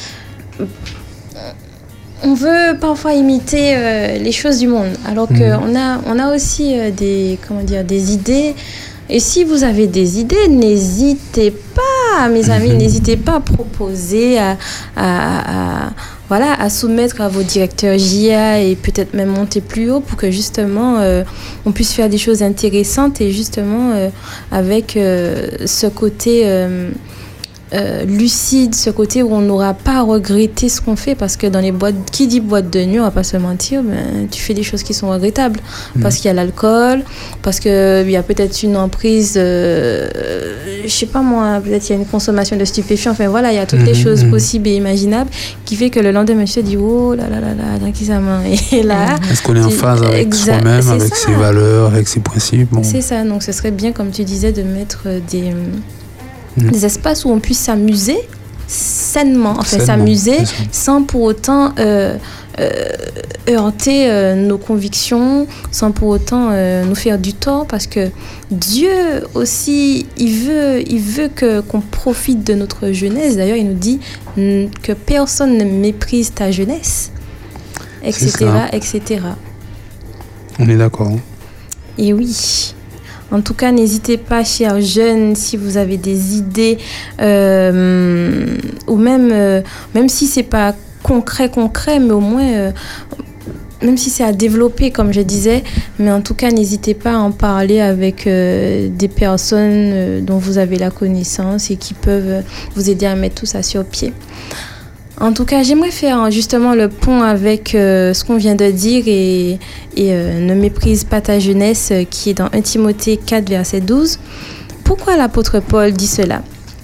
On veut parfois imiter euh, les choses du monde, alors qu'on mmh. a, on a aussi euh, des, comment dire, des idées. Et si vous avez des idées, n'hésitez pas, mes amis, mmh. n'hésitez pas à proposer, à, à, à, voilà, à soumettre à vos directeurs J A et peut-être même monter plus haut pour que justement euh, on puisse faire des choses intéressantes et justement euh, avec euh, ce côté... Euh, Euh, lucide, ce côté où on n'aura pas à regretter ce qu'on fait, parce que dans les boîtes, qui dit boîte de nuit, on va pas se mentir, ben, tu fais des choses qui sont regrettables, mmh. parce qu'il y a l'alcool, parce qu'il y a peut-être une emprise, euh, je sais pas moi, peut-être il y a une consommation de stupéfiants, enfin voilà, il y a toutes mmh. les choses mmh. possibles et imaginables qui fait que le lendemain, tu te dis, oh là là là là, tranquillement, et là... Est-ce qu'on est en phase avec exa- soi-même, avec ça. Ses valeurs, avec ses principes bon. C'est ça, donc ce serait bien, comme tu disais, de mettre des... des espaces où on puisse s'amuser sainement, enfin Sainement, s'amuser c'est ça. sans pour autant euh, euh, heurter euh, nos convictions, sans pour autant euh, nous faire du tort, parce que Dieu aussi, il veut, il veut que, qu'on profite de notre jeunesse. D'ailleurs, il nous dit mm, que personne ne méprise ta jeunesse, et cetera, et cetera. On est d'accord. Et oui. En tout cas, n'hésitez pas, chers jeunes, si vous avez des idées, euh, ou même, euh, même si c'est pas concret, concret, mais au moins, euh, même si c'est à développer, comme je disais, mais en tout cas, n'hésitez pas à en parler avec euh, des personnes euh, dont vous avez la connaissance et qui peuvent vous aider à mettre tout ça sur pied. En tout cas, j'aimerais faire justement le pont avec euh, ce qu'on vient de dire et, et euh, ne méprise pas ta jeunesse, euh, qui est dans un Timothée quatre, verset douze. Pourquoi l'apôtre Paul dit cela?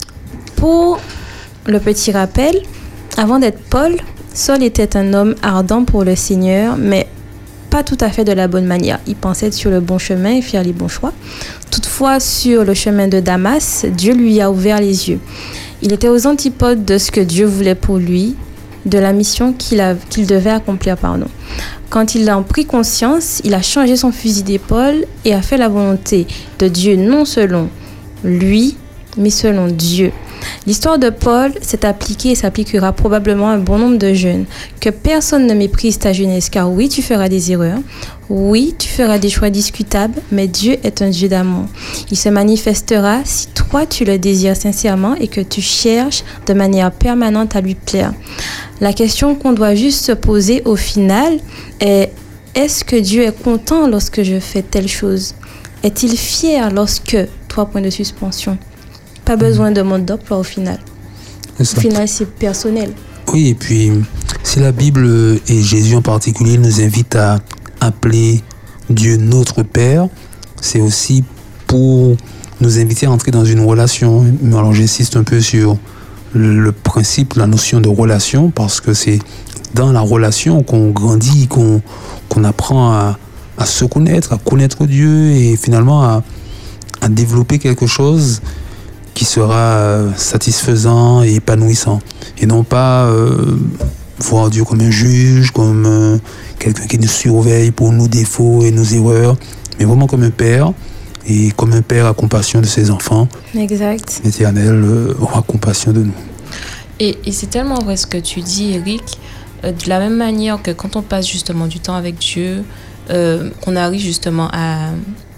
Pour le petit rappel, avant d'être Paul, Saul était un homme ardent pour le Seigneur, mais pas tout à fait de la bonne manière. Il pensait être sur le bon chemin et faire les bons choix. Toutefois, sur le chemin de Damas, Dieu lui a ouvert les yeux. Il était aux antipodes de ce que Dieu voulait pour lui, de la mission qu'il, a, qu'il devait accomplir. Pardon. Quand il en prit conscience, il a changé son fusil d'épaule et a fait la volonté de Dieu, non selon lui, mais selon Dieu. L'histoire de Paul s'est appliquée et s'appliquera probablement à un bon nombre de jeunes. Que personne ne méprise ta jeunesse, car oui, tu feras des erreurs. Oui, tu feras des choix discutables, mais Dieu est un Dieu d'amour. Il se manifestera si toi, tu le désires sincèrement et que tu cherches de manière permanente à lui plaire. La question qu'on doit juste se poser au final est: est-ce que Dieu est content lorsque je fais telle chose? Est-il fier lorsque... Trois points de suspension. Pas besoin de mon d'emploi au final. Au final, c'est personnel. Oui, et puis, si la Bible et Jésus en particulier nous invitent à appeler Dieu notre Père, c'est aussi pour nous inviter à entrer dans une relation. Alors, j'insiste un peu sur le principe, la notion de relation, parce que c'est dans la relation qu'on grandit, qu'on, qu'on apprend à, à se connaître, à connaître Dieu et finalement à, à développer quelque chose qui sera satisfaisant et épanouissant. Et non pas euh, voir Dieu comme un juge, comme euh, quelqu'un qui nous surveille pour nos défauts et nos erreurs, mais vraiment comme un père, et comme un père a compassion de ses enfants. Exact. L'Éternel euh, aura compassion de nous. Et, et c'est tellement vrai ce que tu dis, Eric. Euh, de la même manière que quand on passe justement du temps avec Dieu, euh, qu'on arrive justement à...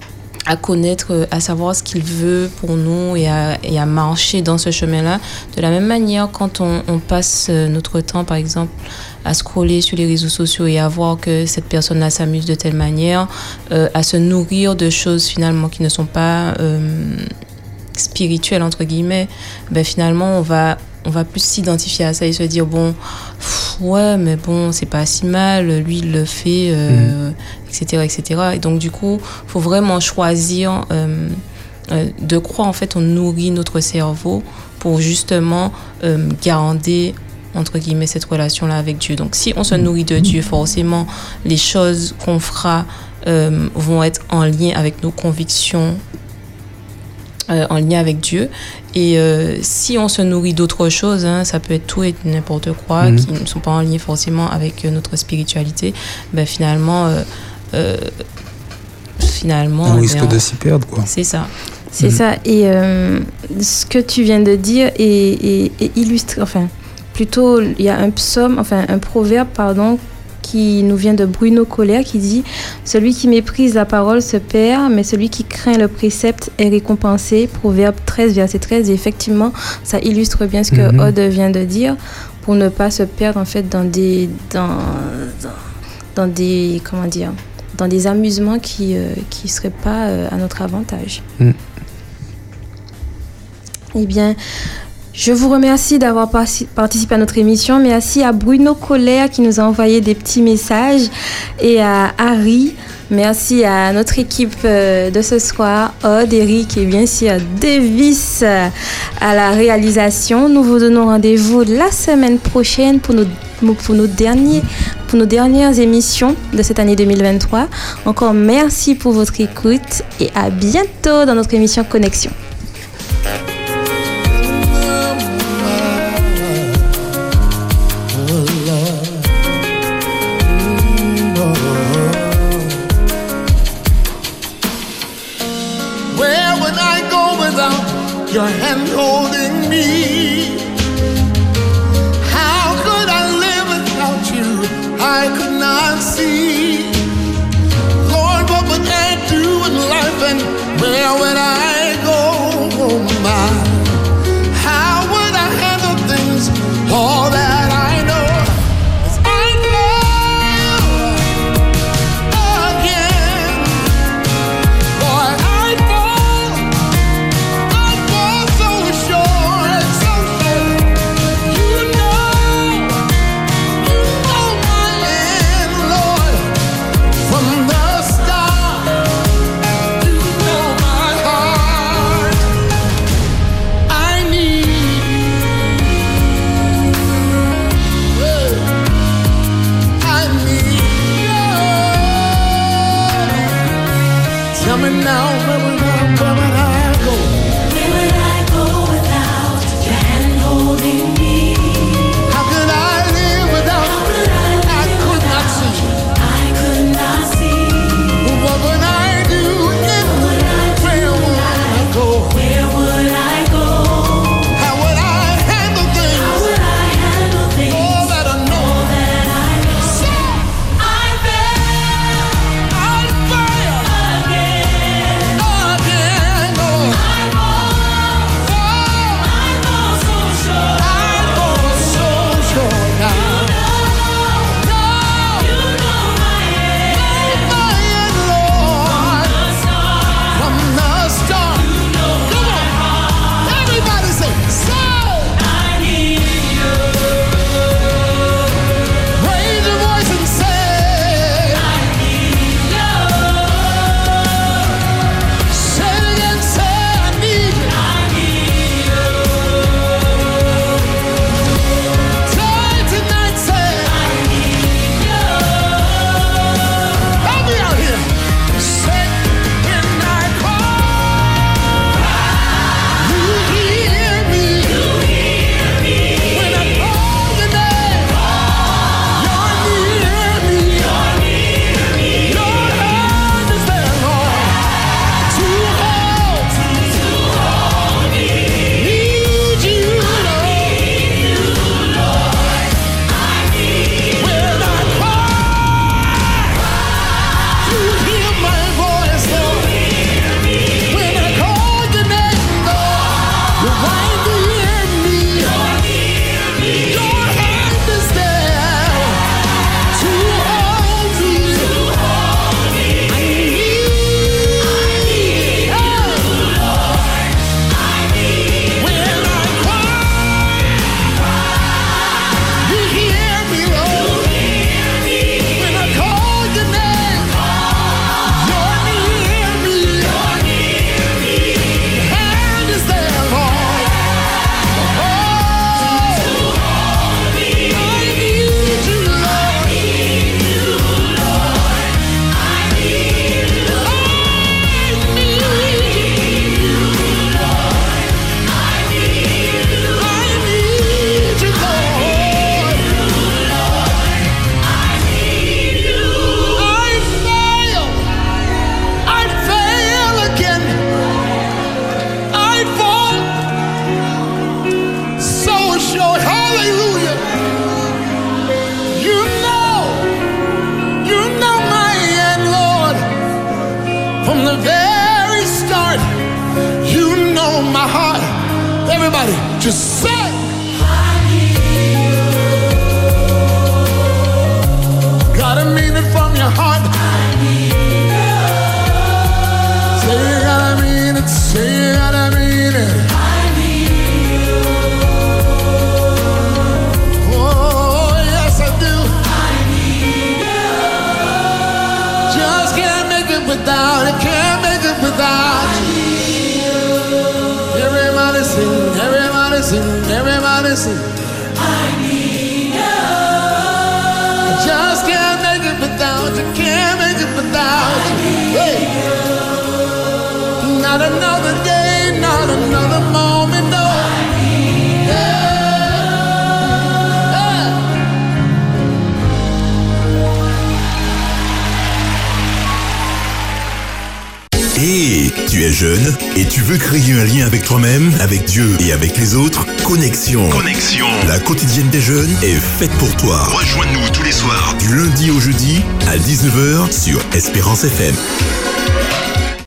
à connaître, à savoir ce qu'il veut pour nous et à, et à marcher dans ce chemin-là. De la même manière, quand on, on passe notre temps, par exemple, à scroller sur les réseaux sociaux et à voir que cette personne-là s'amuse de telle manière, euh, à se nourrir de choses finalement qui ne sont pas euh, spirituelles, entre guillemets, ben finalement, on va... on va plus s'identifier à ça et se dire, bon, pff, ouais, mais bon, c'est pas si mal, lui, il le fait, euh, mmh. et cetera, et cetera. Et donc, du coup, il faut vraiment choisir euh, euh, de quoi, en fait, on nourrit notre cerveau pour justement euh, garder, entre guillemets, cette relation-là avec Dieu. Donc, si on se nourrit de Dieu, forcément, les choses qu'on fera euh, vont être en lien avec nos convictions, Euh, en lien avec Dieu. Et euh, si on se nourrit d'autres choses, hein, ça peut être tout et n'importe quoi, mmh. qui ne sont pas en lien forcément avec euh, notre spiritualité, ben finalement, euh, euh, finalement... On risque ben, de s'y perdre, quoi. C'est ça. C'est mmh. ça. Et euh, ce que tu viens de dire est, est, est illustré, enfin, plutôt, il y a un psaume, enfin, un proverbe, pardon, qui nous vient de Bruno Colère, qui dit « Celui qui méprise la parole se perd, mais celui qui craint le précepte est récompensé. » Proverbe treize, verset treize. Et effectivement, ça illustre bien ce que mm-hmm. Aude vient de dire, pour ne pas se perdre en fait dans des, dans, dans, dans des, comment dire, dans des amusements qui ne euh, seraient pas euh, à notre avantage. Mm. Eh bien... je vous remercie d'avoir participé à notre émission. Merci à Bruno Colère qui nous a envoyé des petits messages et à Harry. Merci à notre équipe de ce soir, Aude, Eric et bien sûr Davis à la réalisation. Nous vous donnons rendez-vous la semaine prochaine pour nos, pour nos, derniers, pour nos dernières émissions de cette année deux mille vingt-trois. Encore merci pour votre écoute et à bientôt dans notre émission Connexion. your hand holding me. How could I live without you? I could not see. Lord, what would I do in life and where would I go? Oh my, how would I handle things? All that I know is I fall again. Boy, I fall, I fall so short, so short. You know, you know my end, Lord, from the start. You know my heart. I need you. I need you. Tell me now, where would I, where would I go? Where would I go without your hand holding me? How could I live without How you? could I I live could not without see. you? I could not see. What would I do? What would I do Where would I go? Where would I go? How would I handle things? How would I handle things? All that I know. All that I know. So I fail I fail again. again. Oh, I fall, fall. I fall so short. I fall so short now. No, You know my end. my end, Lord, The start. from the start. You know Come my on, heart. everybody say, so. I need you. Raise your voice and say, I need you. say it again, say, I need you. I need you. Say tonight, say, help me out here. Say, when I call, you hear me. When I call your name, you're near me. Your hand is there, Lord, to hold. Need you, Lord. When I call, you hear my voice, Lord. When I call your name, Lord, you're right near me. Your hand is there to hold me. I need you, when I cry, you hear me, Lord. When I call your name, you're near me. Your hand is there, Lord. Oh, I need you, Lord. From the very start, you know my heart. Everybody, just say, gotta mean it from your heart. Say you gotta mean it, say you gotta mean it. Oh, yes I do. Just can't make it without it, can't make it without you. Everybody sing, everybody sing, everybody sing. I just can't make it without you, can't make it without you. Hey. Not another day, not another moment, no. Yeah. Et santé. Tu es jeune et tu veux créer un lien avec toi-même, avec Dieu et avec les autres. Connexion. Connexion. La quotidienne des jeunes est faite pour toi. Rejoins-nous tous les soirs Du lundi au jeudi à dix-neuf heures sur Espérance F M.